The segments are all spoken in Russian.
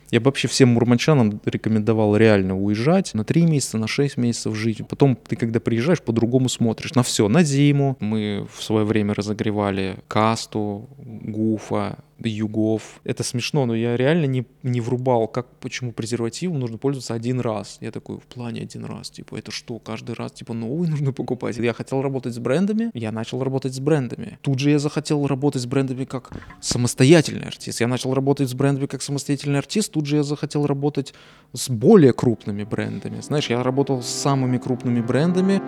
Я бы вообще всем мурманчанам рекомендовал реально уезжать на 3 месяца, на 6 месяцев жить. Потом ты, когда приезжаешь, по-другому смотришь на все. На зиму мы в свое время разогревали касту, гуфа, югов. Это смешно, но я реально не врубал, почему презервативом нужно пользоваться один раз. Я такой, в плане один раз, типа, это что, каждый раз, типа, новый нужно покупать? Я хотел работать с брендами, я начал работать с брендами. Тут же я захотел работать с брендами как самостоятельный артист. Я начал работать с брендами как самостоятельный артист, тут же я захотел работать с более крупными брендами. Знаешь, я работал с самыми крупными брендами.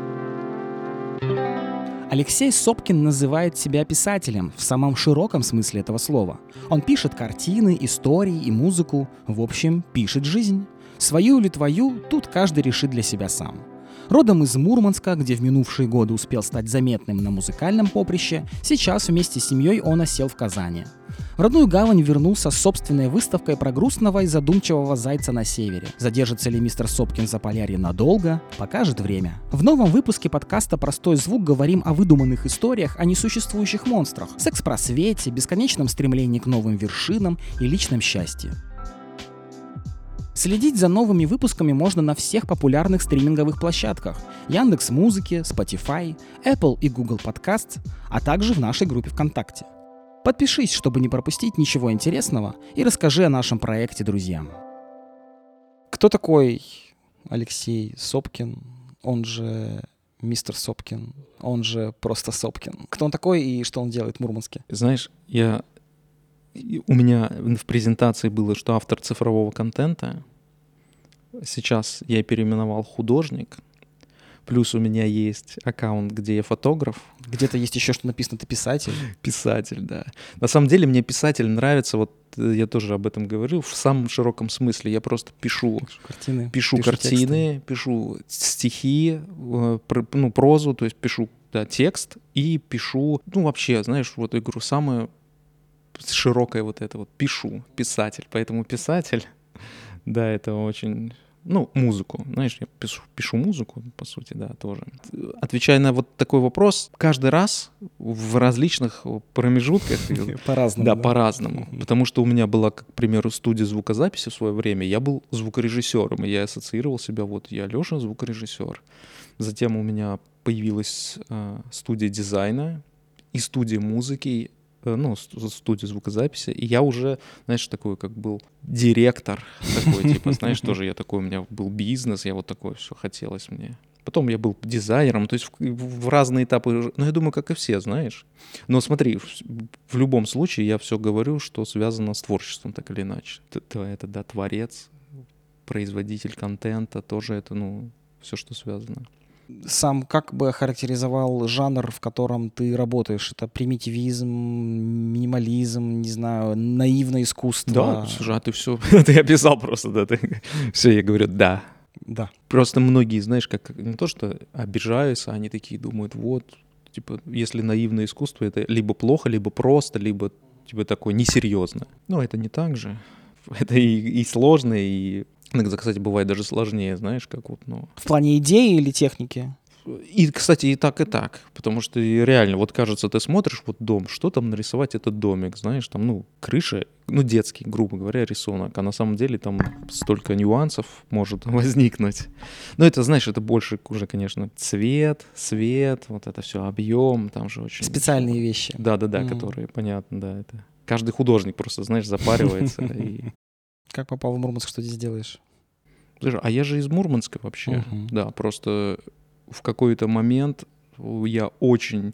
Алексей Собкин называет себя писателем в самом широком смысле этого слова. Он пишет картины, истории и музыку, в общем, пишет жизнь. Свою или твою, тут каждый решит для себя сам. Родом из Мурманска, где в минувшие годы успел стать заметным на музыкальном поприще, сейчас вместе с семьей он осел в Казани. В родную гавань вернулся с собственной выставкой про грустного и задумчивого зайца на севере. Задержится ли мистер Собкин в Заполярье надолго, покажет время. В новом выпуске подкаста «Простой звук» говорим о выдуманных историях о несуществующих монстрах, секс-просвете, бесконечном стремлении к новым вершинам и личном счастье. Следить за новыми выпусками можно на всех популярных стриминговых площадках: Яндекс.Музыке, Spotify, Apple и Google Podcasts, а также в нашей группе ВКонтакте. Подпишись, чтобы не пропустить ничего интересного, и расскажи о нашем проекте друзьям. Кто такой Алексей Собкин, он же мистер Собкин, он же просто Собкин? Кто он такой и что он делает в Мурманске? Знаешь, у меня в презентации было, что автор цифрового контента. Сейчас я переименовал художник. Плюс у меня есть аккаунт, где я фотограф. Где-то есть еще, что написано, ты писатель. Писатель, да. На самом деле мне писатель нравится, вот я тоже об этом говорил, в самом широком смысле. Я просто пишу картины, пишу стихи, прозу, то есть пишу текст и пишу, вообще, знаешь, вот я говорю, самое широкое вот это вот, писатель. Поэтому писатель, да, это очень... музыку. Знаешь, я пишу музыку, по сути, да, тоже. Отвечая на вот такой вопрос, каждый раз в различных промежутках... По-разному. Да, по-разному. Потому что у меня была, к примеру, студия звукозаписи в свое время. Я был звукорежиссером, и я ассоциировал себя, я Леша, звукорежиссер. Затем у меня появилась студия дизайна и студия музыки, студия звукозаписи, и я уже, знаешь, такой, как был директор такой, типа, знаешь, тоже я такой, у меня был бизнес, я вот такое все хотелось мне. Потом я был дизайнером, то есть в разные этапы, я думаю, как и все, знаешь. Но смотри, в любом случае я все говорю, что связано с творчеством, так или иначе. Это творец, производитель контента, тоже это, все, что связано. Сам как бы охарактеризовал жанр, в котором ты работаешь? Это примитивизм, минимализм, не знаю, наивное искусство? Да, слушай, ты все, ты описал просто, да, все, я говорю, да. Да. Просто многие, знаешь, как не то, что обижаются, они такие думают, типа, если наивное искусство, это либо плохо, либо просто, либо типа такое несерьезно. Но это не так же. Это и сложно, и иногда, кстати, бывает даже сложнее, знаешь, как В плане идеи или техники? И, кстати, и так, потому что реально, вот кажется, ты смотришь дом, что там нарисовать этот домик, знаешь, там, крыша, детский, грубо говоря, рисунок, а на самом деле там столько нюансов может возникнуть. Но это, знаешь, это больше уже, конечно, цвет, свет, вот это все, объем, там же очень... Специальные вещи. Да, которые, понятно, да, это... Каждый художник просто, знаешь, запаривается и... Как попал в Мурманск, что здесь делаешь? Слушай, а я же из Мурманска вообще, да, просто... В какой-то момент я очень,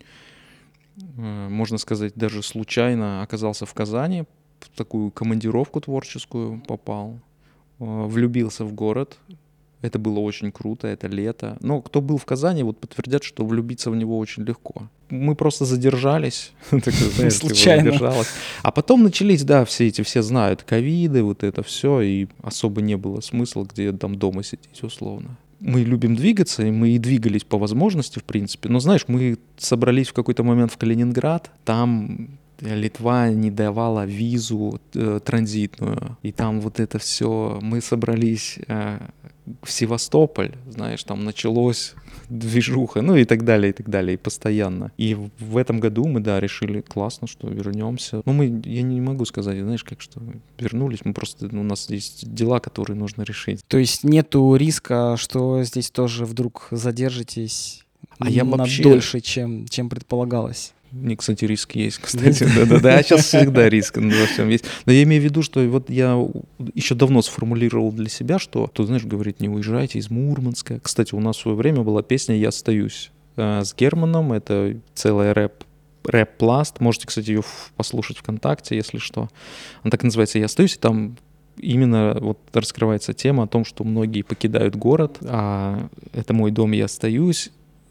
можно сказать, даже случайно оказался в Казани, в такую командировку творческую попал, влюбился в город. Это было очень круто, это лето. Но кто был в Казани, подтвердят, что влюбиться в него очень легко. Мы просто задержались. Случайно. А потом начались, да, все знают, ковиды, вот это все, и особо не было смысла, где там дома сидеть условно. Мы любим двигаться, и мы и двигались по возможности, в принципе. Но, знаешь, мы собрались в какой-то момент в Калининград, там Литва не давала визу транзитную, и там вот это все. Мы собрались в Севастополь, знаешь, там началось движуха, ну и так далее, и постоянно. И в этом году мы, да, решили, классно, что вернемся. Ну, я не могу сказать, знаешь, как что вернулись, мы просто, у нас есть дела, которые нужно решить. То есть нету риска, что здесь тоже вдруг задержитесь дольше, чем предполагалось? Не, кстати, риск есть, кстати. Да-да-да, сейчас всегда риск во всем есть. Но я имею в виду, что вот я еще давно сформулировал для себя, что, ты знаешь, говорит, не уезжайте из Мурманска. Кстати, у нас в свое время была песня «Я остаюсь» с Германом. Это целая рэп-пласт. Можете, кстати, ее послушать ВКонтакте, если что. Она так называется «Я остаюсь», и там именно вот раскрывается тема о том, что многие покидают город, а это мой дом, я остаюсь.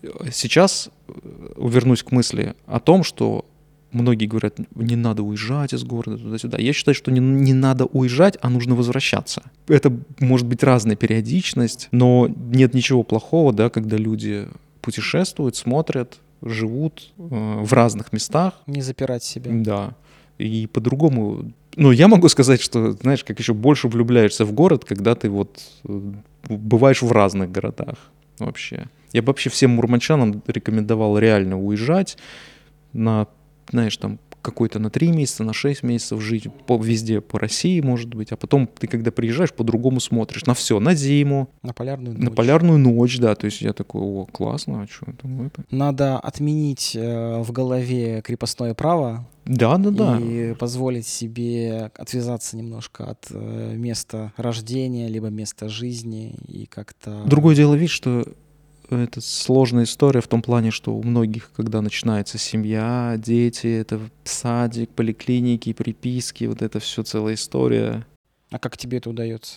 Сейчас вернусь к мысли о том, что многие говорят, не надо уезжать из города туда-сюда. Я считаю, что не надо уезжать, а нужно возвращаться. Это может быть разная периодичность, но нет ничего плохого, да, когда люди путешествуют, смотрят, живут в разных местах. Не запирать себя. Да. И по-другому... Ну, я могу сказать, что, знаешь, как еще больше влюбляешься в город, когда ты вот бываешь в разных городах вообще. Я бы вообще всем мурманчанам рекомендовал реально уезжать на, знаешь, там, какой-то на 3 месяца, на 6 месяцев жить везде по России, может быть, а потом ты, когда приезжаешь, по-другому смотришь на все, на зиму, на полярную ночь. На полярную ночь, да, то есть я такой, о, классно, а что это? Надо отменить в голове крепостное право. Да. И позволить себе отвязаться немножко от места рождения, либо места жизни и как-то... Другое дело, видишь, что это сложная история в том плане, что у многих, когда начинается семья, дети, это садик, поликлиники, приписки, вот это все целая история. А как тебе это удается?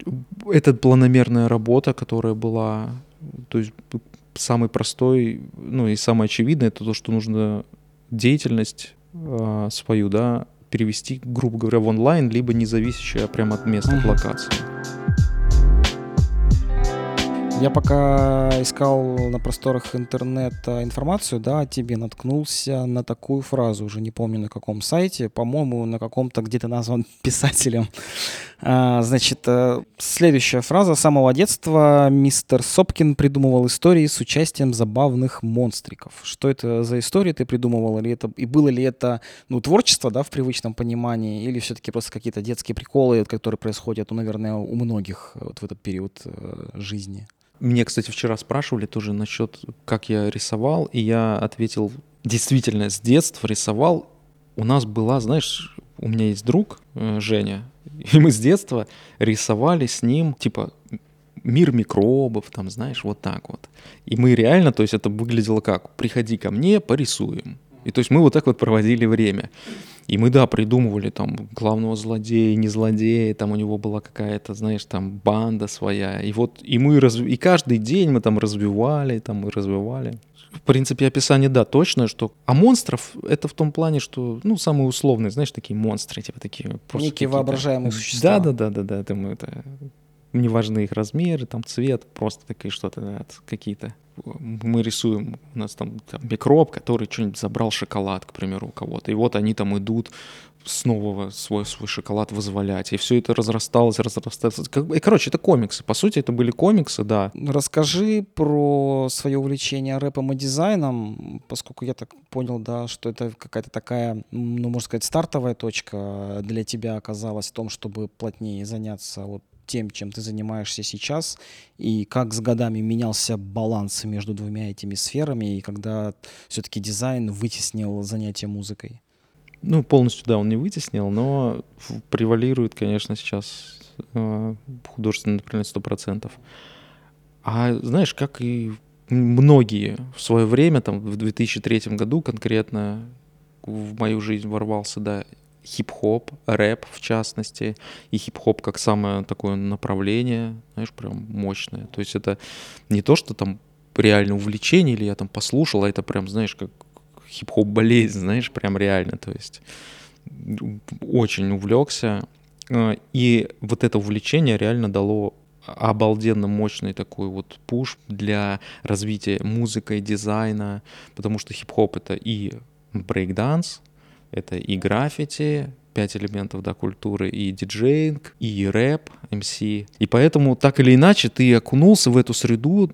Это планомерная работа, которая была, то есть самый простой, ну и самое очевидное, это то, что нужно деятельность свою, да, перевести, грубо говоря, в онлайн, либо не зависящая прямо от места, от локации. Я пока искал на просторах интернета информацию, да, о тебе наткнулся на такую фразу, уже не помню на каком сайте, по-моему, на каком-то где-то назван писателем. Значит, следующая фраза. С самого детства мистер Сопкин придумывал истории с участием забавных монстриков. Что это за истории ты придумывал? И было ли это, творчество, да, в привычном понимании, или все-таки просто какие-то детские приколы, которые происходят, наверное, у многих вот в этот период жизни? Мне, кстати, вчера спрашивали тоже насчет, как я рисовал, и я ответил, действительно, с детства рисовал. У нас была, знаешь, у меня есть друг Женя, и мы с детства рисовали с ним, типа, мир микробов, там, знаешь, вот так вот. И мы реально, то есть это выглядело как, приходи ко мне, порисуем. И то есть мы вот так вот проводили время. И мы, да, придумывали там главного злодея, не злодея, там у него была какая-то, знаешь, там банда своя. И вот, и каждый день мы там развивали. В принципе, описание, да, точное, что... А монстров, это в том плане, что, самые условные, знаешь, такие монстры, типа такие... Некие воображаемые существа. Да, это не важны их размеры, там цвет, просто такие что-то, да, какие-то. Мы рисуем, у нас там микроб, который что-нибудь забрал шоколад, к примеру, у кого-то. И вот они там идут снова свой шоколад вызволять. И все это разрасталось. И, короче, это комиксы. По сути, это были комиксы, да. Расскажи про свое увлечение рэпом и дизайном, поскольку я так понял, да, что это какая-то такая, можно сказать, стартовая точка для тебя оказалась в том, чтобы плотнее заняться вот тем, чем ты занимаешься сейчас, и как с годами менялся баланс между двумя этими сферами, и когда все-таки дизайн вытеснил занятие музыкой? Полностью, да, он не вытеснил, но превалирует, конечно, сейчас художественное направление 100%. А знаешь, как и многие в свое время, там, в 2003 году конкретно в мою жизнь ворвался, да, хип-хоп, рэп в частности, и хип-хоп как самое такое направление, знаешь, прям мощное. То есть это не то, что там реально увлечение, или я там послушал, а это прям, знаешь, как хип-хоп болезнь, знаешь, прям реально. То есть очень увлекся. И вот это увлечение реально дало обалденно мощный такой вот пуш для развития музыки, дизайна, потому что хип-хоп — это и брейк-данс, это и граффити, 5 элементов, да, культуры: и диджеинг, и рэп, МС. И поэтому так или иначе ты окунулся в эту среду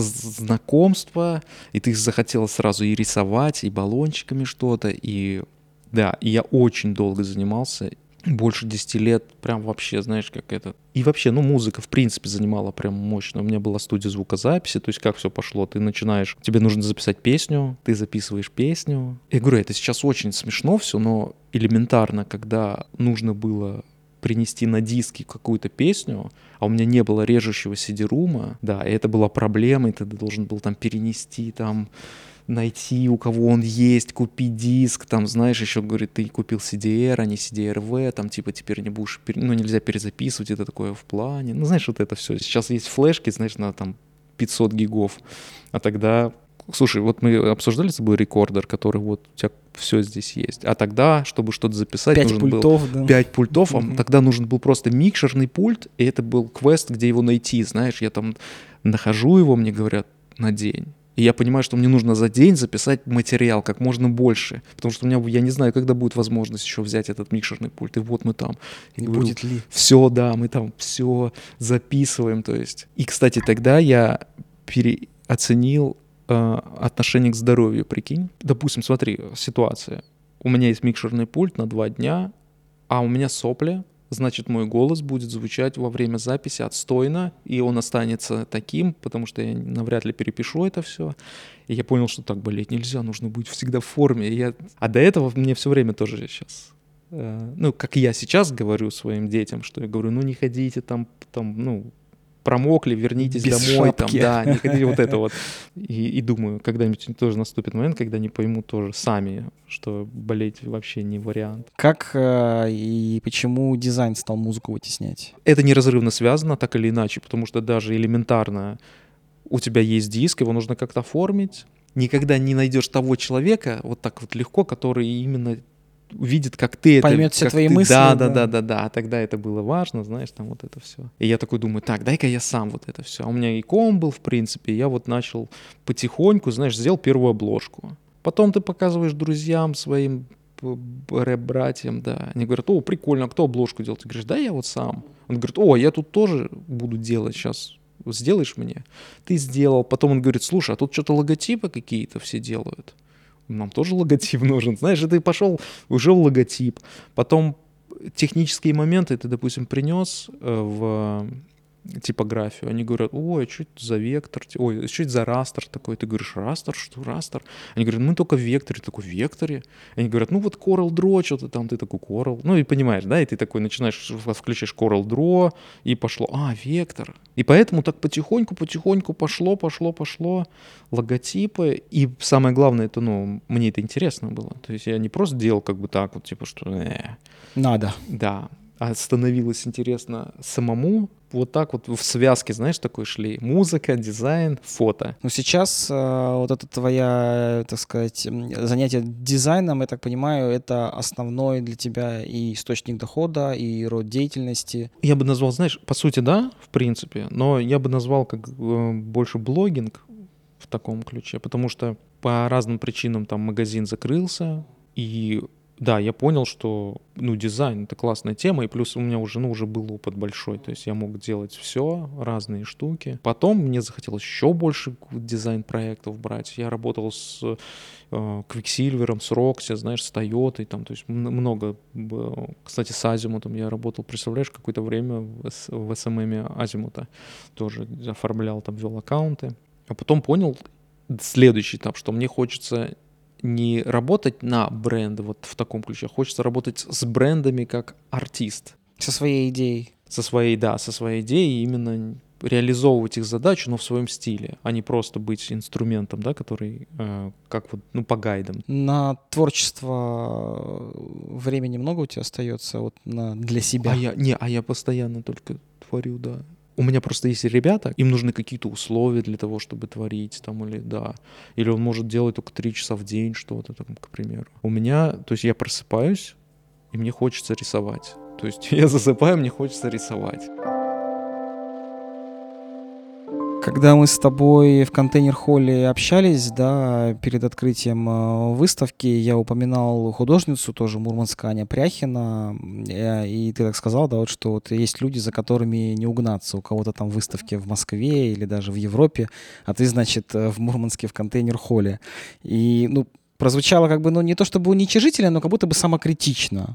знакомства, и ты захотел сразу и рисовать, и баллончиками что-то, и да, и я очень долго занимался, больше 10 лет, прям вообще, знаешь, как это. И вообще, ну, музыка, в принципе, занимала прям мощно. У меня была студия звукозаписи, то есть как все пошло. Ты начинаешь, тебе нужно записать песню, ты записываешь песню. Я говорю, это сейчас очень смешно все, но элементарно, когда нужно было принести на диски какую-то песню, а у меня не было режущего CD-рума, да, и это была проблема, и ты должен был там перенести, там, найти, у кого он есть, купить диск, там, знаешь, еще, говорит, ты купил CDR, а не CDRV, там, типа, теперь не будешь, ну, нельзя перезаписывать, это такое в плане, ну, знаешь, вот это все. Сейчас есть флешки, знаешь, на, там, 500 гигов, а тогда, слушай, вот мы обсуждали с тобой рекордер, который вот у тебя все здесь есть, а тогда, чтобы что-то записать, 5 нужен пультов, был да. 5 пультов, а тогда нужен был просто микшерный пульт, и это был квест, где его найти, знаешь, я там нахожу его, мне говорят, на день. И я понимаю, что мне нужно за день записать материал как можно больше. Потому что у меня, я не знаю, когда будет возможность еще взять этот микшерный пульт. И вот мы там. И говорю, будет ли? Все, да, мы там все записываем. То есть. И, кстати, тогда я переоценил отношение к здоровью, прикинь. Допустим, смотри, ситуация. У меня есть микшерный пульт на 2 дня, а у меня сопли. Значит, мой голос будет звучать во время записи отстойно, и он останется таким, потому что я навряд ли перепишу это все. И я понял, что так болеть нельзя, нужно быть всегда в форме. А до этого мне все время тоже сейчас, ну, как я сейчас говорю своим детям, что я говорю, ну, не ходите там, ну, промокли, вернитесь без домой, шапки. там, да, не ходите вот это вот. И думаю, когда-нибудь тоже наступит момент, когда они поймут тоже сами, что болеть вообще не вариант. Как и почему дизайн стал музыку вытеснять? Это неразрывно связано, так или иначе, потому что даже элементарно у тебя есть диск, его нужно как-то оформить. Никогда не найдешь того человека вот так вот легко, который именно увидит, как ты поймет это... все твои ты, мысли. Да. А тогда это было важно, знаешь, там вот это все. И я такой думаю, так, дай-ка я сам вот это все. А у меня и ком был, в принципе, и я вот начал потихоньку, знаешь, сделал первую обложку. Потом ты показываешь друзьям своим, рэп-братьям, да. Они говорят, о, прикольно, а кто обложку делал? Ты говоришь, да, я вот сам. Он говорит, о, я тут тоже буду делать сейчас. Сделаешь мне? Ты сделал. Потом он говорит, слушай, а тут что-то логотипы какие-то все делают. Нам тоже логотип нужен. Знаешь, ты пошел, уже логотип. Потом технические моменты ты, допустим, принес в типографию. Они говорят, ой, а что это за вектор? Ой, что это за растер такой? Ты говоришь, растер? Что растер? Они говорят, мы только в векторе. Ты такой, в векторе? Они говорят, ну вот Corel Draw, что-то там. Ты такой, Corel. Ну и понимаешь, да? И ты такой начинаешь, включаешь Corel Draw, и пошло, вектор. И поэтому так потихоньку пошло логотипы. И самое главное, это, ну, мне это интересно было. То есть я не просто делал как бы так вот, типа, что... Надо. Да. А становилось интересно самому. Вот так вот в связке, знаешь, такой шли. Музыка, дизайн, фото. Ну, сейчас вот это твоя, так сказать, занятие дизайном, я так понимаю, это основной для тебя и источник дохода, и род деятельности. Я бы назвал, знаешь, по сути, да, в принципе, но я бы назвал как больше блогинг в таком ключе, потому что по разным причинам там магазин закрылся, и да, я понял, что, ну, дизайн — это классная тема, и плюс у меня уже, ну, уже был опыт большой, то есть я мог делать все, разные штуки. Потом мне захотелось еще больше дизайн-проектов брать. Я работал с Quicksilver, с Roxy, знаешь, с Toyota, там, то есть много. Кстати, с Азимутом я работал, представляешь, какое-то время в SMM Азимута тоже оформлял, там, вел аккаунты. А потом понял следующий этап, что мне хочется не работать на бренды вот в таком ключе, а хочется работать с брендами как артист. Со своей идеей. Со своей идеей, именно реализовывать их задачу, но в своем стиле, а не просто быть инструментом, да, который как вот, ну, по гайдам. На творчество времени много у тебя остается вот для себя? Я постоянно только творю, да. У меня просто есть ребята, им нужны какие-то условия для того, чтобы творить, там, или он может делать только 3 часа в день что-то, там, к примеру. У меня, то есть я просыпаюсь, и мне хочется рисовать. То есть я засыпаю, мне хочется рисовать. Когда мы с тобой в контейнер-холле общались, да, перед открытием выставки, я упоминал художницу, тоже мурманская, Аня Пряхина, и ты так сказал, да, вот что вот есть люди, за которыми не угнаться, у кого-то там выставки в Москве или даже в Европе, а ты, значит, в Мурманске в контейнер-холле. И, ну, прозвучало как бы, ну, не то чтобы уничижительно, но как будто бы самокритично.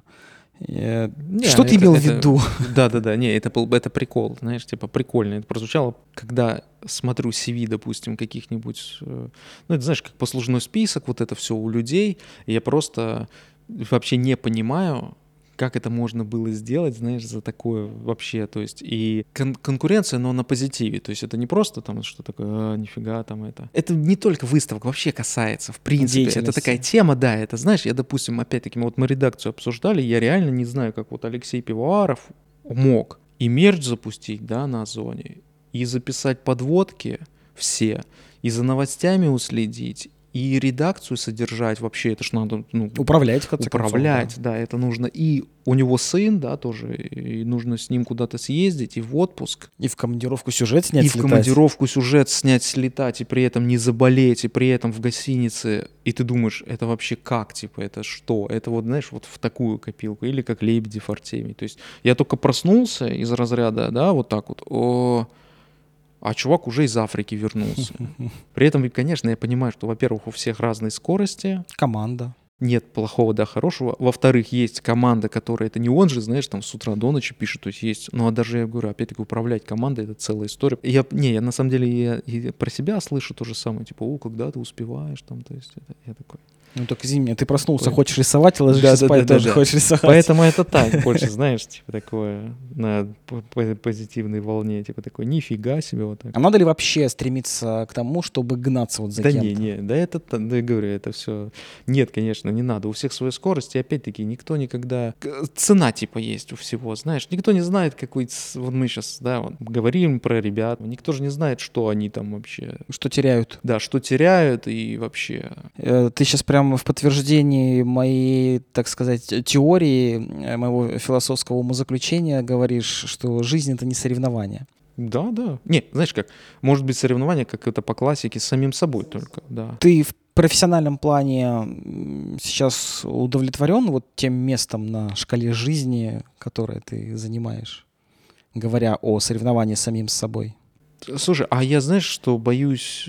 Не, Что ты имел в виду? Да-да-да, не, это прикол, знаешь, типа прикольно. Это прозвучало, когда смотрю CV, допустим, каких-нибудь, ну, это знаешь, как послужной список, вот это все у людей, и я просто вообще не понимаю, как это можно было сделать, знаешь, за такое вообще, то есть, и конкуренция, но на позитиве, то есть это не просто там, что такое, нифига там это. Это не только выставок вообще касается, в принципе, это такая тема, да, это, знаешь, я, допустим, опять-таки, вот мы редакцию обсуждали, я реально не знаю, как вот Алексей Пивоваров мог и мерч запустить, да, на Озоне, и записать подводки все, и за новостями уследить, и редакцию содержать вообще, это ж надо, ну, управлять, в конце концов, управлять, да, это нужно. И у него сын, да, тоже, и нужно с ним куда-то съездить, и в отпуск. И в командировку сюжет снять, слетать. И в командировку сюжет снять, слетать, и при этом не заболеть, и при этом в гостинице. И ты думаешь, это вообще как, типа, это что? Это вот, знаешь, вот в такую копилку. Или как Лебедев Артемий. То есть я только проснулся из разряда, да, вот так вот, а чувак уже из Африки вернулся. При этом, конечно, я понимаю, что, во-первых, у всех разные скорости. Команда. Нет плохого, да, хорошего. Во-вторых, есть команда, которая, это не он же, знаешь, там с утра до ночи пишет, то есть есть, ну, а даже, я говорю, опять-таки, управлять командой — это целая история. Я на самом деле, я про себя слышу то же самое, типа, когда ты успеваешь, там, то есть, я такой... Ну, так извини меня, ты проснулся, хочешь рисовать, и ложишься спать, тоже хочешь рисовать. Поэтому это так, больше, знаешь, типа такое, на позитивной волне, типа такое, нифига себе вот так. А надо ли вообще стремиться к тому, чтобы гнаться вот за кем-то? Да, я говорю, это все... Нет, конечно, не надо. У всех своя скорость, и опять-таки никто никогда... Цена типа есть у всего, знаешь. Никто не знает, какой... Вот мы сейчас, да, вот, говорим про ребят, никто же не знает, что они там вообще... Что теряют. Да, что теряют и вообще... Ты сейчас прям в подтверждении моей, так сказать, теории, моего философского умозаключения говоришь, что жизнь — это не соревнование. Да. Не, знаешь как, может быть соревнование, как это по классике, с самим собой только, да. Ты в профессиональном плане сейчас удовлетворен вот тем местом на шкале жизни, которое ты занимаешь, говоря о соревновании с самим собой? Слушай, а я, знаешь, что боюсь...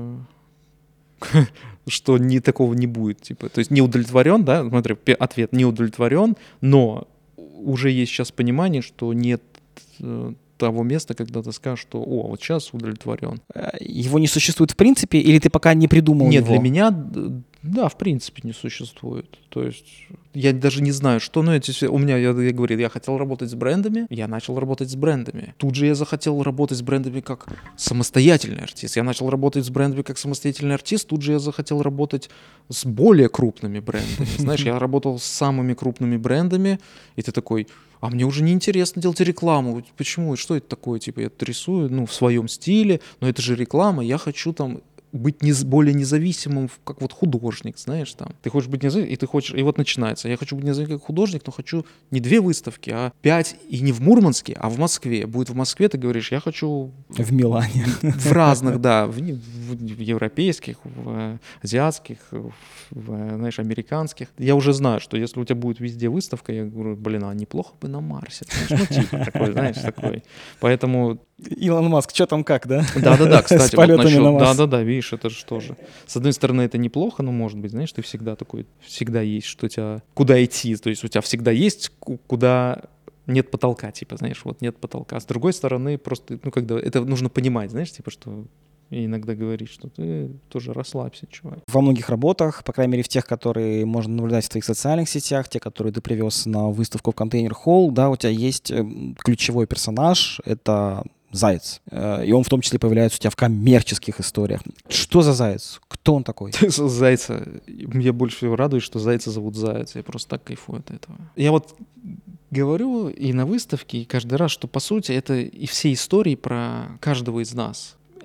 что такого не будет, типа, то есть не удовлетворен, да, смотри, ответ не удовлетворен, но уже есть сейчас понимание, что нет того места, когда ты скажешь, что, вот сейчас удовлетворен. Его не существует в принципе, или ты пока не придумал его? Нет, для меня, да, в принципе не существует. То есть я даже не знаю, что, но у меня, я говорю, я хотел работать с брендами, я начал работать с брендами. Тут же я захотел работать с брендами как самостоятельный артист. Я начал работать с брендами как самостоятельный артист, тут же я захотел работать с более крупными брендами. Знаешь, я работал с самыми крупными брендами, и ты такой... А мне уже неинтересно делать рекламу. Почему? Что это такое? Типа я рисую, в своем стиле, но это же реклама, я хочу там быть более независимым, как вот художник, знаешь, там. Ты хочешь быть независимым, и ты хочешь, и вот начинается. Я хочу быть независимым как художник, но хочу не 2 выставки, а 5, и не в Мурманске, а в Москве. Будет в Москве, ты говоришь, я хочу... В Милане. В разных, да, в европейских, в азиатских, знаешь, американских. Я уже знаю, что если у тебя будет везде выставка, я говорю, а неплохо бы на Марсе. Знаешь, типа такой, знаешь, такой. Поэтому... Илон Маск, что там как, да? Да, кстати, с полетами на Марс. Да, видишь, это же тоже. С одной стороны, это неплохо, но, может быть, знаешь, ты всегда такой, всегда есть, что у тебя, куда идти, то есть у тебя всегда есть, куда нет потолка, типа, знаешь, вот нет потолка. С другой стороны, просто, когда это нужно понимать, знаешь, типа, что и иногда говорить, что ты тоже расслабься, чувак. Во многих работах, по крайней мере в тех, которые можно наблюдать в твоих социальных сетях, те, которые ты привез на выставку в контейнер-холл, да, у тебя есть ключевой персонаж, это заяц. И он в том числе появляется у тебя в коммерческих историях. Что за заяц? Кто он такой? Зайца. Я больше всего радуюсь, что зайца зовут Заяц. Я просто так кайфую от этого. Я вот говорю и на выставке, и каждый раз, что по сути это и все истории про каждого из нас.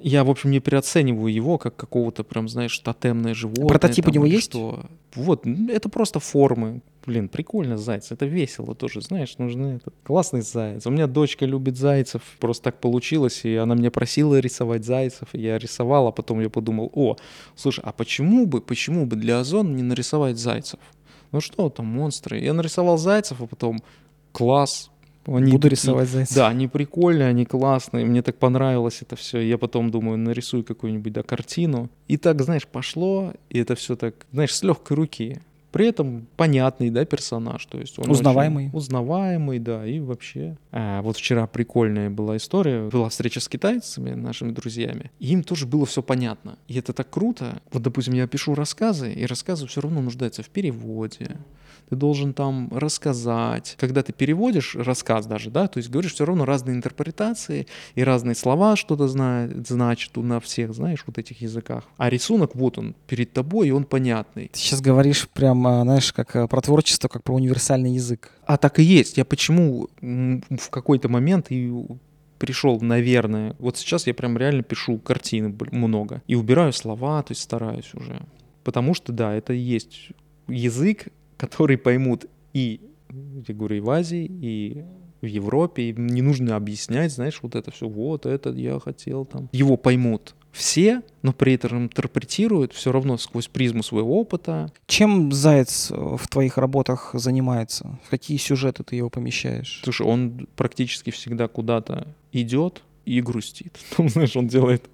Я, в общем, не переоцениваю его как какого-то прям, знаешь, тотемное животное. Прототип у там, него или есть? что. Вот, это просто формы. Блин, прикольно заяц, это весело тоже, знаешь, нужны классный заяц. У меня дочка любит зайцев, просто так получилось, и она меня просила рисовать зайцев, и я рисовал, а потом я подумал, слушай, а почему бы для Озона не нарисовать зайцев? Ну что там, монстры? Я нарисовал зайцев, а потом класс. Они Буду такие, рисовать зайцев. да, они прикольные, они классные, мне так понравилось это все. Я потом думаю, нарисую какую-нибудь, да, картину. И так, знаешь, пошло, и это все так, знаешь, с легкой руки. При этом понятный, да, персонаж, то есть он Узнаваемый. очень узнаваемый, да, и вообще. Вот вчера прикольная была история, была встреча с китайцами, нашими друзьями, и им тоже было все понятно. И это так круто. Вот, допустим, я пишу рассказы, и рассказы все равно нуждаются в переводе. Ты должен там рассказать. Когда ты переводишь рассказ даже, да, то есть говоришь все равно разные интерпретации и разные слова что-то значит на всех, знаешь, вот этих языках. А рисунок вот он перед тобой, и он понятный. Ты сейчас говоришь прям, знаешь, как про творчество, как про универсальный язык. А так и есть. Я почему в какой-то момент и пришел, наверное, вот сейчас я прям реально пишу картины много и убираю слова, то есть стараюсь уже. Потому что, да, это и есть язык, который поймут и, я говорю, и в Азии, и в Европе, и не нужно объяснять, знаешь, вот это все, вот это я хотел там. Его поймут все, но при этом интерпретируют все равно сквозь призму своего опыта. Чем заяц в твоих работах занимается? В какие сюжеты ты его помещаешь? Слушай, он практически всегда куда-то идет и грустит. Там, знаешь, он делает,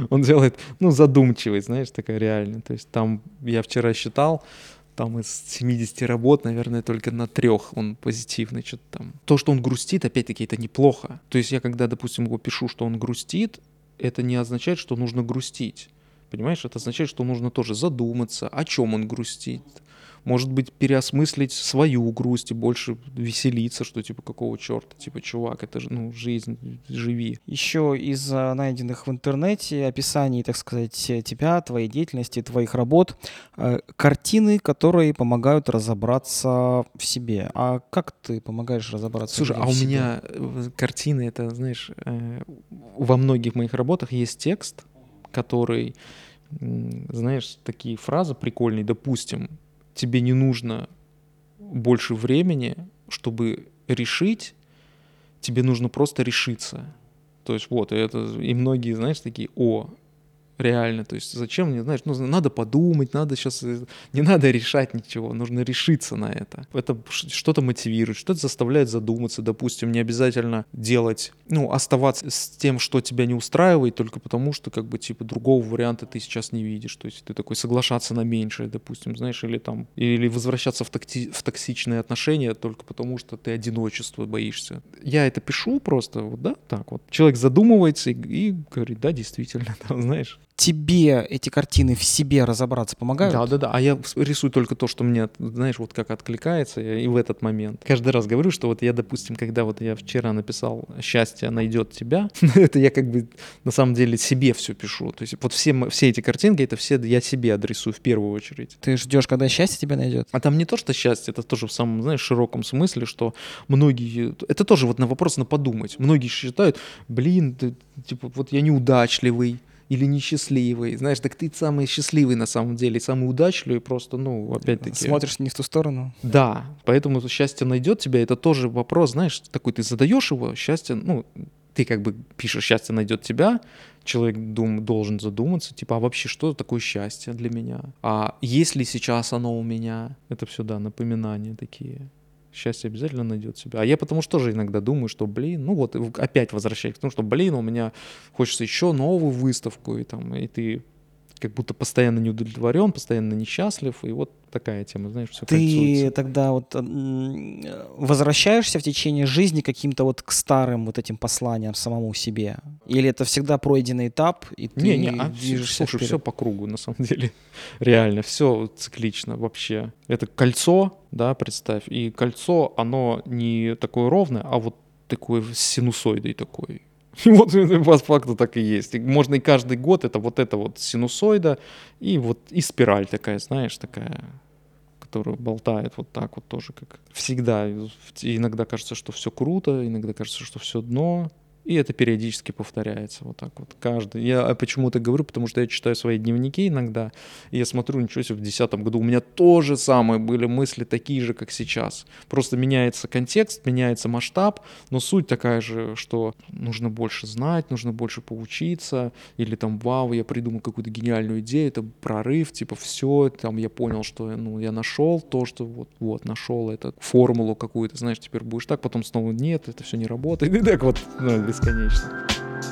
задумчивость, знаешь, такая реальная. То есть там, я вчера считал, там из 70 работ, наверное, только на 3 он позитивный, что-то там. То, что он грустит, опять-таки, это неплохо. То есть я, когда, допустим, его пишу, что он грустит, это не означает, что нужно грустить. Понимаешь, это означает, что нужно тоже задуматься, о чем он грустит. Может быть, переосмыслить свою грусть и больше веселиться, что типа какого черта, типа чувак, это же, жизнь, живи. Еще из найденных в интернете описаний, так сказать, тебя, твоей деятельности, твоих работ, картины, которые помогают разобраться в себе. А как ты помогаешь разобраться Слушай, в себе? у меня картины, это, знаешь, во многих моих работах есть текст, который, знаешь, такие фразы прикольные, допустим, тебе не нужно больше времени, чтобы решить, тебе нужно просто решиться. То есть вот, и многие, знаешь, такие, реально, то есть зачем мне, знаешь, надо подумать, надо сейчас, не надо решать ничего, нужно решиться на это. Это что-то мотивирует, что-то заставляет задуматься, допустим, не обязательно делать, оставаться с тем, что тебя не устраивает, только потому что, как бы, типа, другого варианта ты сейчас не видишь, то есть ты такой соглашаться на меньшее, допустим, знаешь, или возвращаться в токсичные отношения только потому, что ты одиночества боишься. Я это пишу просто, вот, да, так вот. Человек задумывается и говорит, да, действительно, там, знаешь. Тебе эти картины в себе разобраться помогают? Да. А я рисую только то, что мне, знаешь, вот как откликается, и в этот момент. Каждый раз говорю, что вот я, допустим, когда вот я вчера написал «Счастье найдет тебя», это я как бы на самом деле себе все пишу. То есть вот все эти картинки, это все я себе адресую в первую очередь. Ты ждешь, когда счастье тебя найдет? А там не то, что счастье, это тоже в самом, знаешь, широком смысле, что многие... Это тоже вот на вопрос на подумать. Многие считают, типа, вот я неудачливый, или несчастливый. Знаешь, так ты самый счастливый на самом деле, самый удачливый, просто, опять-таки... Смотришь не в ту сторону? Да, поэтому счастье найдет тебя, это тоже вопрос, знаешь, такой ты задаешь его, счастье, ты как бы пишешь «счастье найдет тебя», человек должен задуматься, типа, а вообще что такое счастье для меня? А есть ли сейчас оно у меня? Это все, да, напоминания такие. Счастье обязательно найдет себя. А я потому что тоже иногда думаю, что, опять возвращаюсь к тому, что, у меня хочется еще новую выставку, и ты как будто постоянно не удовлетворен, постоянно несчастлив, и вот такая тема, знаешь, все кольцуется. Ты тогда вот возвращаешься в течение жизни каким-то вот к старым вот этим посланиям самому себе? Или это всегда пройденный этап, и ты движешься слушай, вперед? все по кругу, на самом деле. Реально, все циклично вообще. Это кольцо, да, представь, и кольцо, оно не такое ровное, а вот такое с синусоидой такой. И вот по факту так и есть. И можно и каждый год это вот синусоида и спираль такая, знаешь, такая, которая болтает вот так вот тоже, как всегда. Иногда кажется, что все круто, иногда кажется, что все дно. И это периодически повторяется вот так вот. Каждый. Я почему-то говорю, потому что я читаю свои дневники иногда, и я смотрю, ничего себе, в 2010 году у меня тоже самые были мысли, такие же, как сейчас. Просто меняется контекст, меняется масштаб, но суть такая же, что нужно больше знать, нужно больше поучиться, или там, вау, я придумал какую-то гениальную идею, это прорыв, типа, все, там я понял, что я нашел то, что вот нашел эту формулу какую-то, знаешь, теперь будешь так, потом снова нет, это все не работает, и так вот, бесконечно.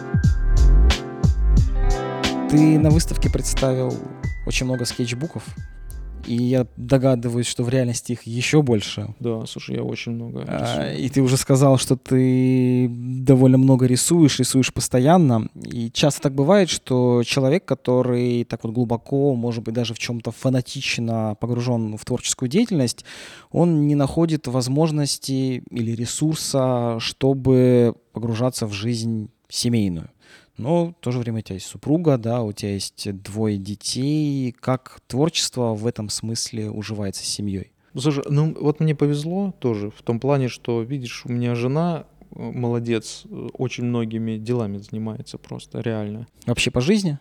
Ты на выставке представил очень много скетчбуков, и я догадываюсь, что в реальности их еще больше. Да, слушай, я очень много рисую. И ты уже сказал, что ты довольно много рисуешь постоянно. И часто так бывает, что человек, который так вот глубоко, может быть, даже в чем-то фанатично погружен в творческую деятельность, он не находит возможности или ресурса, чтобы погружаться в жизнь семейную. Но в то же время у тебя есть супруга, да, у тебя есть 2 детей. Как творчество в этом смысле уживается с семьей? Слушай, ну вот мне повезло тоже в том плане, что, видишь, у меня жена молодец, очень многими делами занимается просто, реально. Вообще по жизни?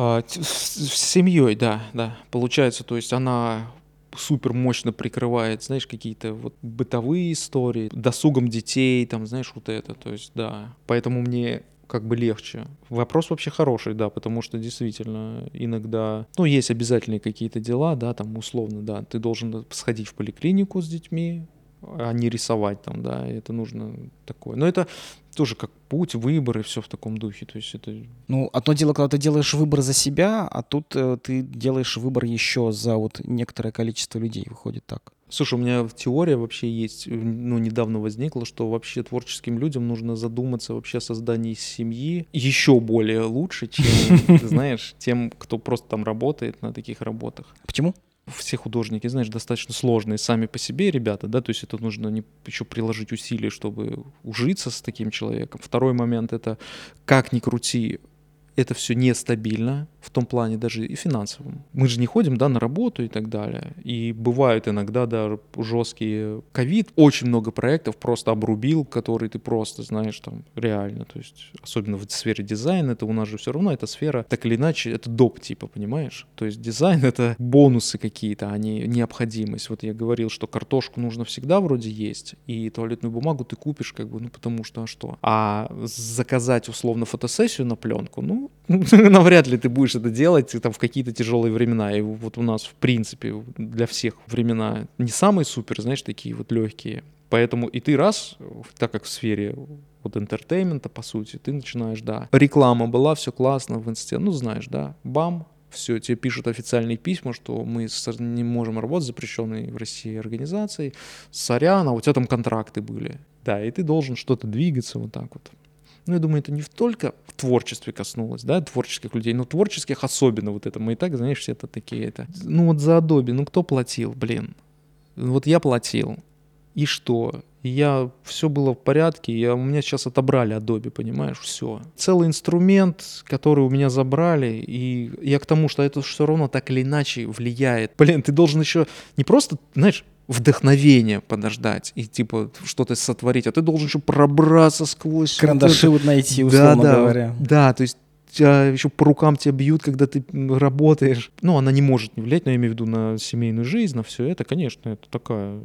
С семьей, да. Получается, то есть она супер мощно прикрывает, знаешь, какие-то вот бытовые истории, досугом детей, там, знаешь, вот это, то есть, да. Поэтому мне как бы легче. Вопрос вообще хороший, да, потому что действительно иногда, есть обязательные какие-то дела, да, там условно, да, ты должен сходить в поликлинику с детьми, а не рисовать там, да, это нужно такое. Но это тоже как путь, выбор и все в таком духе, то есть это... Одно дело, когда ты делаешь выбор за себя, а тут ты делаешь выбор еще за вот некоторое количество людей, выходит так. Слушай, у меня теория вообще есть, недавно возникла, что вообще творческим людям нужно задуматься вообще о создании семьи еще более лучше, чем, знаешь, тем, кто просто там работает на таких работах. Почему? Все художники, знаешь, достаточно сложные сами по себе ребята, да, то есть это нужно еще приложить усилия, чтобы ужиться с таким человеком. Второй момент — это, как ни крути, это все нестабильно, в том плане даже и финансовом. Мы же не ходим, да, на работу и так далее. И бывают иногда даже жесткие ковид. Очень много проектов просто обрубил, которые ты просто знаешь там реально. То есть особенно в сфере дизайна, это у нас же все равно эта сфера, так или иначе, это доп. Типа, понимаешь? То есть дизайн — это бонусы какие-то, а не необходимость. Вот я говорил, что картошку нужно всегда вроде есть, и туалетную бумагу ты купишь как бы, потому что, а что? А заказать условно фотосессию на пленку, навряд ли ты будешь это делать там в какие-то тяжелые времена. И вот у нас, в принципе, для всех времена не самые супер, знаешь, такие вот легкие. Поэтому и ты так как в сфере вот интертеймента, по сути, ты начинаешь, да. Реклама была, все классно в инсте, знаешь, да, бам, все, тебе пишут официальные письма, что мы не можем работать с запрещенной в России организацией, сорян, а у тебя там контракты были. Да, и ты должен что-то двигаться вот так вот. Я думаю, это не только в творчестве коснулось, да, творческих людей, но творческих особенно вот это. Мы и так, знаешь, все это такие это. Вот за Adobe, кто платил, блин? Вот я платил. И что? Все было в порядке, у меня сейчас отобрали Adobe, понимаешь, все. Целый инструмент, который у меня забрали, и я к тому, что это все равно так или иначе влияет. Блин, ты должен еще не просто, знаешь, вдохновение подождать и типа что-то сотворить, а ты должен еще пробраться сквозь... Карандаши вот найти, условно говоря. Да, то есть еще по рукам тебя бьют, когда ты работаешь. Она не может не влиять, но я имею в виду на семейную жизнь, на все это, конечно, это такая...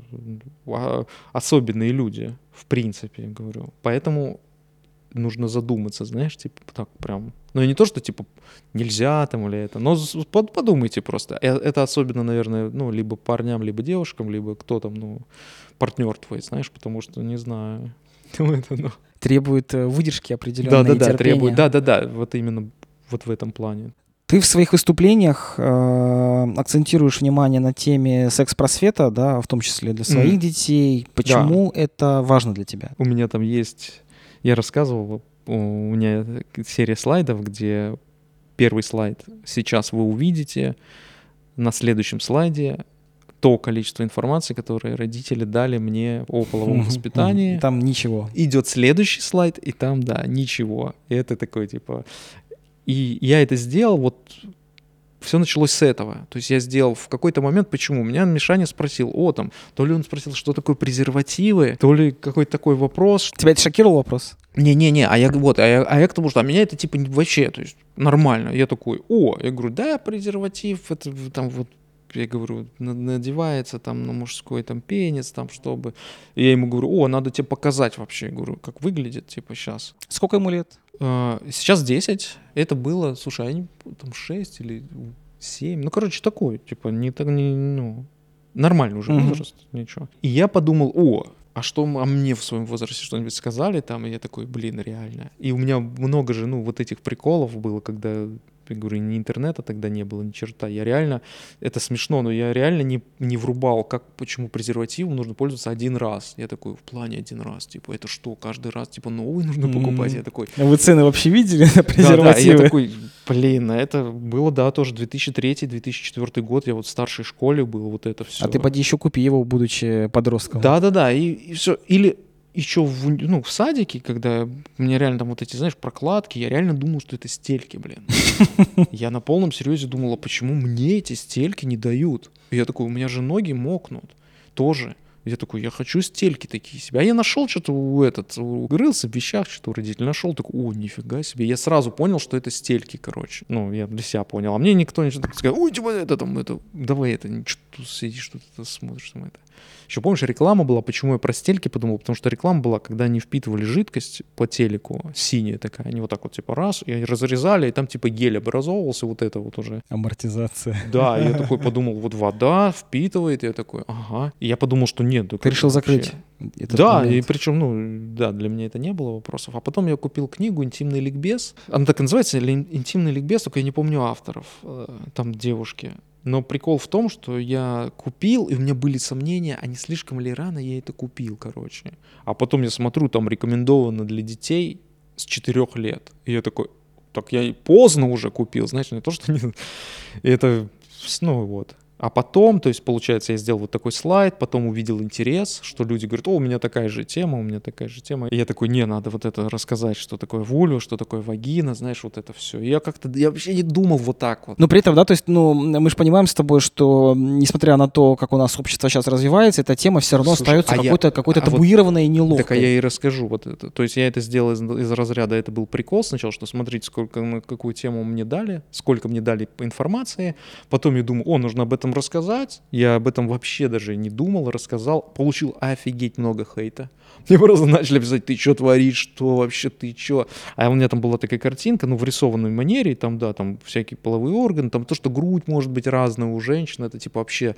особенные люди, в принципе, я говорю. Поэтому нужно задуматься, знаешь, типа так прям... и не то, что типа нельзя там или это, но подумайте просто. Это особенно, наверное, либо парням, либо девушкам, либо кто там, партнер твой, знаешь, потому что, не знаю... Требует выдержки определенной, терпения. Требует, да, вот именно вот в этом плане. Ты в своих выступлениях акцентируешь внимание на теме секс-просвета, да, в том числе для своих детей. Почему это важно для тебя? У меня там есть, я рассказывал, у меня серия слайдов, где первый слайд сейчас вы увидите, на следующем слайде то количество информации, которое родители дали мне о половом воспитании. Там ничего. Идет следующий слайд, и там, да, ничего. И это такой, типа... И я это сделал вот все началось с этого. То есть я сделал в какой-то момент, почему? Меня Мишаня спросил, то ли он спросил, что такое презервативы, то ли какой-то такой вопрос. Тебя это шокировал вопрос? Не-не-не, а я к тому, что меня это типа вообще, то есть нормально. Я такой, я говорю, да, презерватив, это там вот, я говорю, надевается там на мужской там пенис, там, чтобы... И я ему говорю, надо тебе показать вообще, я говорю, как выглядит, типа, сейчас. Сколько ему лет? Сейчас 10, это было, слушай, они там 6 или 7, ну, короче, такой, типа, нормальный уже возраст, ничего. И я подумал, а что мне в своем возрасте что-нибудь сказали там, и я такой, блин, реально. И у меня много же, вот этих приколов было, когда, я говорю, ни интернета тогда не было, ни черта. Я реально, это смешно, но я реально не врубал, почему презервативом нужно пользоваться один раз. Я такой, в плане один раз, типа, это что, каждый раз, типа, новый нужно покупать? Я такой... Вы цены вообще видели на презервативы? Да, я такой, блин, это было, да, тоже 2003-2004 год, я вот в старшей школе был, вот это все. А ты поди еще купи его, будучи подростком. Да, и все. Или еще в садике, когда у меня реально там вот эти, знаешь, прокладки, я реально думал, что это стельки, блин. Я на полном серьезе думал, а почему мне эти стельки не дают? И я такой, у меня же ноги мокнут тоже. Я такой, я хочу стельки такие себе. А я нашел что-то рылся в вещах, что-то у родителей нашел, такой, нифига себе. Я сразу понял, что это стельки, короче. Я для себя понял. А мне никто ничего не сказал, типа давай что тут сидишь, что ты смотришь там это. Еще помнишь, реклама была, почему я про стельки подумал? Потому что реклама была, когда они впитывали жидкость по телеку, синяя такая, они вот так вот типа раз, и разрезали, и там типа гель образовывался, вот это вот уже. Амортизация. Да, и я такой подумал, вот вода впитывает, и я такой, ага. И я подумал, что нет. Ты решил закрыть этот момент. И причем, для меня это не было вопросов. А потом я купил книгу «Интимный ликбез». Она так и называется, «Интимный ликбез», только я не помню авторов, там девушки. Но прикол в том, что я купил, и у меня были сомнения, а не слишком ли рано я это купил, короче. А потом я смотрю, там рекомендовано для детей с 4 лет. И я такой, так я и поздно уже купил, знаешь, не то, что не... Это, вот. А потом, то есть, получается, я сделал вот такой слайд, потом увидел интерес, что люди говорят, у меня такая же тема, И я такой, надо вот это рассказать, что такое вульва, что такое вагина, знаешь, вот это все. И я вообще не думал вот так вот. Но при этом, да, то есть, мы же понимаем с тобой, что, несмотря на то, как у нас общество сейчас развивается, эта тема все равно остается какой-то табуированной и неловкой. Так я и расскажу вот это. То есть, я это сделал из разряда, это был прикол сначала, что смотрите, какую тему мне дали, сколько мне дали по информации. Потом я думаю, нужно об этом рассказать. Я об этом вообще даже не думал, рассказал. Получил офигеть много хейта. Мне просто начали писать, ты что творишь, что вообще, ты что? А у меня там была такая картинка, в рисованной манере, там всякие половые органы, там то, что грудь может быть разная у женщин, это типа вообще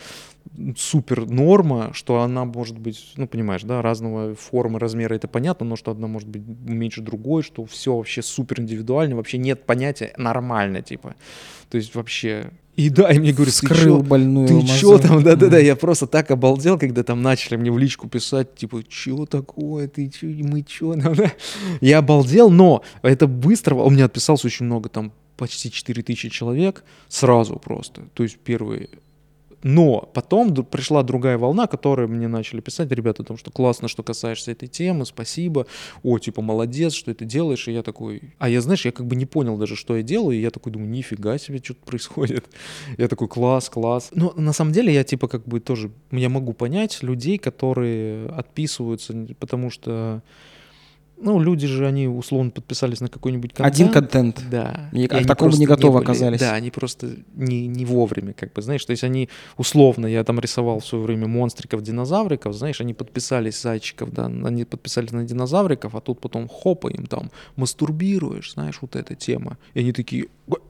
супер норма, что она может быть, понимаешь, да, разного формы, размера, это понятно, но что одна может быть меньше другой, что все вообще супер индивидуально, вообще нет понятия нормально, типа. То есть вообще... И мне говорят, вскрыл больную ты что там, да, я просто так обалдел, когда там начали мне в личку писать, типа, что такое, ты что, мы что, я обалдел, но это быстро, у меня отписалось очень много, там почти 4000 человек сразу просто, то есть первые. Но потом пришла другая волна, которая мне начали писать, ребята, о том, что классно, что касаешься этой темы, спасибо, типа, молодец, что ты делаешь, и я такой, я, знаешь, я как бы не понял даже, что я делаю, и я такой думаю, нифига себе, что-то происходит. Я такой, класс. Но на самом деле я типа как бы тоже, я могу понять людей, которые отписываются, потому что люди же, они условно подписались на какой-нибудь контент. Один контент. Да. И к такому не готовы оказались. Да, они просто не вовремя, как бы, знаешь, то есть они условно, я там рисовал в свое время монстриков, динозавриков, знаешь, они подписались, зайчиков, да, они подписались на динозавриков, а тут потом хопа им там мастурбируешь, знаешь, вот эта тема. И они такие,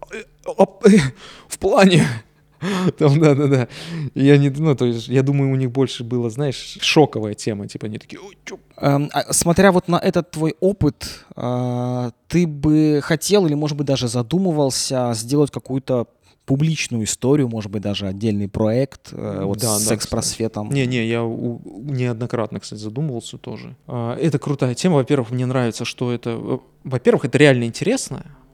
в плане... Там, да. То есть, я думаю, у них больше было, знаешь, шоковая тема. Типа они такие, чё? Смотря вот на этот твой опыт, ты бы хотел или, может быть, даже задумывался сделать какую-то публичную историю, может быть, даже отдельный проект с секс-просветом? Не, я неоднократно, кстати, задумывался тоже. Это крутая тема. Во-первых, мне нравится, что это... Во-первых, это реально интересно.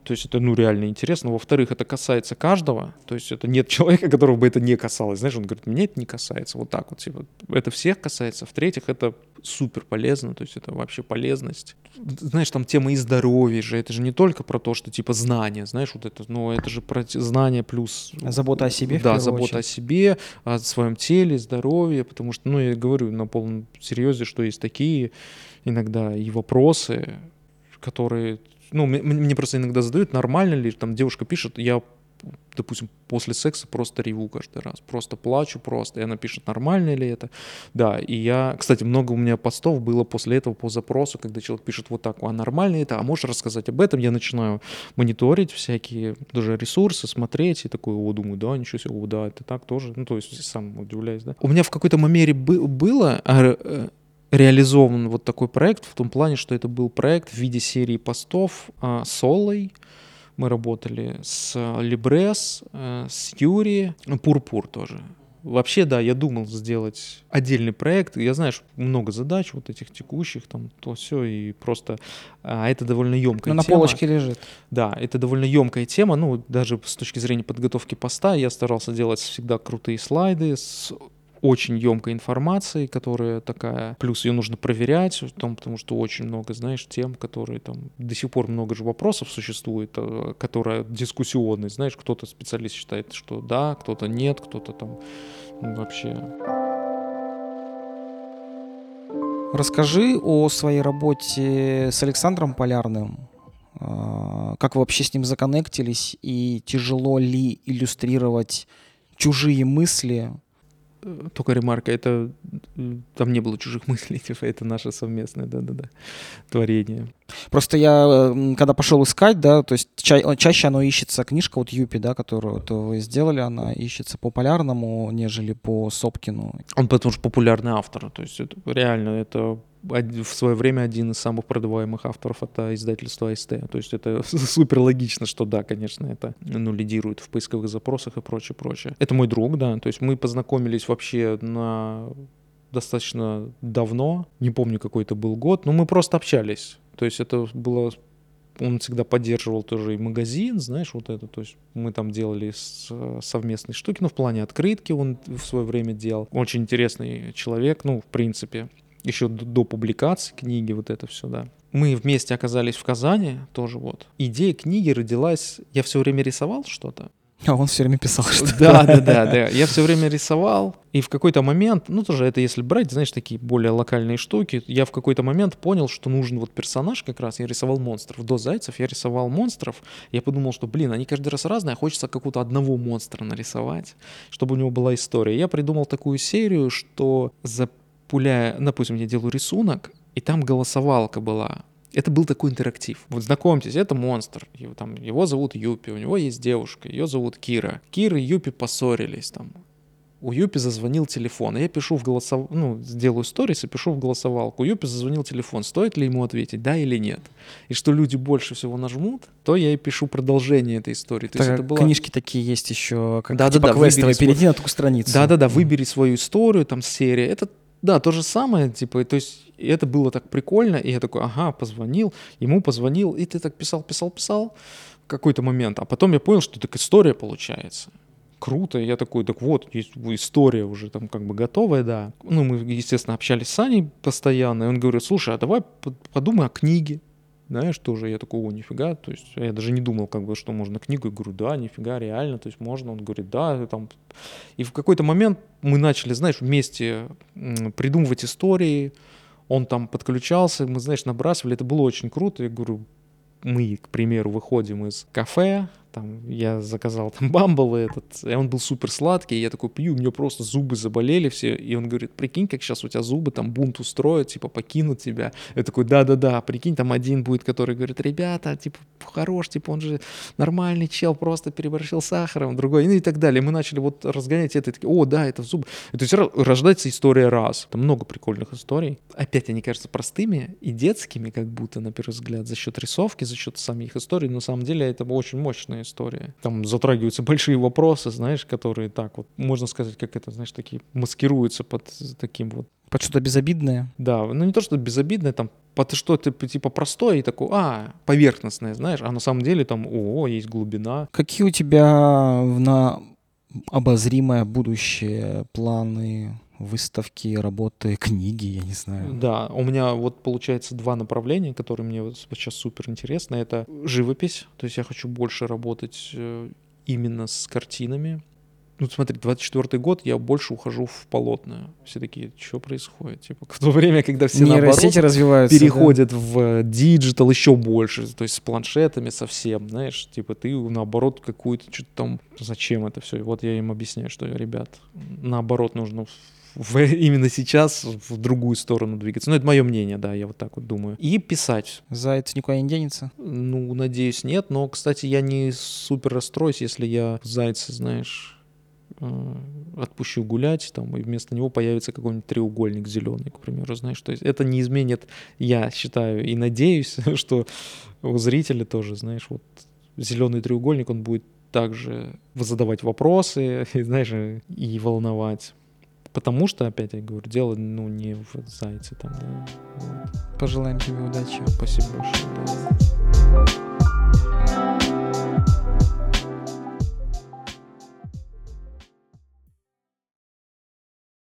То есть это, ну, реально интересно. Во-вторых, это касается каждого. То есть это нет человека, которого бы это не касалось. Знаешь, он говорит, меня это не касается. Вот так вот. Типа, это всех касается. В-третьих, это супер полезно. То есть это вообще полезность. Знаешь, там тема и здоровья же. Это же не только про то, что типа знания. Знаешь, вот это, но это же про знания плюс... Забота о себе, в Да, первую забота очередь. о себе, о своем теле, здоровье. Потому что, ну, я говорю на полном серьезе, что есть такие иногда и вопросы, которые... Ну, мне просто иногда задают, нормально ли, там девушка пишет, я, допустим, после секса просто реву каждый раз, просто плачу просто, и она пишет, нормально ли это. Да, и я, кстати, много у меня постов было после этого по запросу, когда человек пишет вот так, а нормально это, а можешь рассказать об этом? Я начинаю мониторить всякие даже ресурсы, смотреть, и такой, о, думаю, да, ничего себе, о, да, это так тоже, ну, то есть сам удивляюсь, да. У меня в какой-то мере было... реализован вот такой проект в том плане, что это был проект в виде серии постов с Олой. Мы работали с Либрес, с Юри, Пурпур тоже. Вообще, да, я думал сделать отдельный проект. Я знаю, что много задач вот этих текущих, там, то все, и просто это довольно емкая Но тема. на полочке лежит. Да, это довольно емкая тема, ну, даже с точки зрения подготовки поста я старался делать всегда крутые слайды с очень емкой информацией, которая такая, плюс ее нужно проверять, потому что очень много, знаешь, тем, которые там, до сих пор много же вопросов существует, которые дискуссионные, знаешь, кто-то специалист считает, что да, кто-то нет, кто-то там вообще... Расскажи о своей работе с Александром Полярным. Как вы вообще с ним законнектились и тяжело ли иллюстрировать чужие мысли? Только ремарка, это там не было чужих мыслей, типа, это наше совместное, да-да-да, творение. Просто я, когда пошел искать, да, то есть чаще оно ищется, книжка вот Юпи, да, которую вы сделали, она ищется по Полярному, нежели по Сопкину. Он потому что популярный автор, то есть это реально, это в свое время один из самых продаваемых авторов — это издательство АСТ. То есть это супер логично, что да, конечно, это, ну, лидирует в поисковых запросах и прочее, прочее. Это мой друг, да, то есть мы познакомились вообще достаточно давно, не помню, какой это был год, но мы просто общались. То есть это было... Он всегда поддерживал тоже и магазин, знаешь, вот это, то есть мы там делали совместные штуки, но в плане открытки он в свое время делал. Очень интересный человек, ну, в принципе, еще до публикации книги, вот это все, да. Мы вместе оказались в Казани, тоже вот. Идея книги родилась, я все время рисовал что-то. А он все время писал что-то. Да. Я все время рисовал, и в какой-то момент, ну тоже это если брать, знаешь, такие более локальные штуки, я в какой-то момент понял, что нужен вот персонаж как раз, я рисовал монстров. До зайцев я рисовал монстров, я подумал, что, блин, они каждый раз разные, а хочется какого-то одного монстра нарисовать, чтобы у него была история. Я придумал такую серию, что допустим, я делаю рисунок, и там голосовалка была. Это был такой интерактив. Вот знакомьтесь, это монстр. Его зовут Юпи, у него есть девушка, ее зовут Кира. Кира и Юпи поссорились там. У Юпи зазвонил телефон. И я пишу делаю сторис и пишу в голосовалку. У Юпи зазвонил телефон. Стоит ли ему ответить, да или нет? И что люди больше всего нажмут, то я и пишу продолжение этой истории. То есть это было... Книжки такие есть еще, как да, квестовые, перейди на такую страницу. Да, выбери свою историю, там серия. Это да, то же самое, типа, то есть это было так прикольно, и я такой, ага, позвонил, ему позвонил, и ты так писал в какой-то момент, а потом я понял, что так история получается. Круто, и я такой, так вот, есть история уже там как бы готовая, да. Ну, мы, естественно, общались с Аней постоянно, и он говорит, слушай, а давай подумай о книге. Знаешь, тоже я такой, о, нифига, то есть я даже не думал, как бы, что можно книгу, я говорю, да, нифига, реально, то есть можно, он говорит, да, там. И в какой-то момент мы начали, знаешь, вместе придумывать истории, он там подключался, мы, знаешь, набрасывали, это было очень круто, я говорю, мы, к примеру, выходим из кафе, там, я заказал там бамбл и он был супер сладкий, и я такой пью, у меня просто зубы заболели все, и он говорит, прикинь, как сейчас у тебя зубы, там, бунт устроят, типа, покинут тебя. Я такой, да, прикинь, там один будет, который говорит, ребята, типа, хорош, типа, он же нормальный чел, просто переборщил сахаром, другой, ну и так далее. Мы начали вот разгонять это, и такие, о, да, это в зубы. И то есть рождается история раз. Там много прикольных историй. Опять они кажутся простыми и детскими, как будто, на первый взгляд, за счет рисовки, за счет самих историй, но на самом деле это очень мощные сложная история. Там затрагиваются большие вопросы, знаешь, которые так вот, можно сказать, как это, знаешь, такие маскируются под таким вот. Под что-то безобидное? Да, ну не то, что безобидное, там, под что-то типа простое и такое, поверхностное, знаешь, а на самом деле там, есть глубина. Какие у тебя на обозримое будущее планы, выставки, работы, книги, я не знаю? Да, у меня вот получается 2 направления, которые мне вот сейчас супер интересны. Это живопись, то есть я хочу больше работать именно с картинами. Ну, смотри, 24-й год, я больше ухожу в полотна. Все такие, что происходит? Типа, в то время, когда все Нейросети наоборот развиваются, переходят в диджитал еще больше, то есть с планшетами совсем, знаешь, типа ты наоборот какую-то что-то там, зачем это все? И вот я им объясняю, что, ребят, наоборот нужно именно сейчас в другую сторону двигаться. Ну, это мое мнение, да, я вот так вот думаю. И писать. Заяц никуда не денется? Ну, надеюсь, нет, но, кстати, я не супер расстроюсь, если я зайца, знаешь, отпущу гулять, там, и вместо него появится какой-нибудь треугольник зеленый, к примеру, знаешь, то есть это не изменит, я считаю и надеюсь, что у зрителя тоже, знаешь, вот зеленый треугольник, он будет также задавать вопросы, знаешь, и волновать. Потому что, опять я говорю, дело, ну, не в зайце там, да. Вот. Пожелаем тебе удачи. Спасибо большое, да.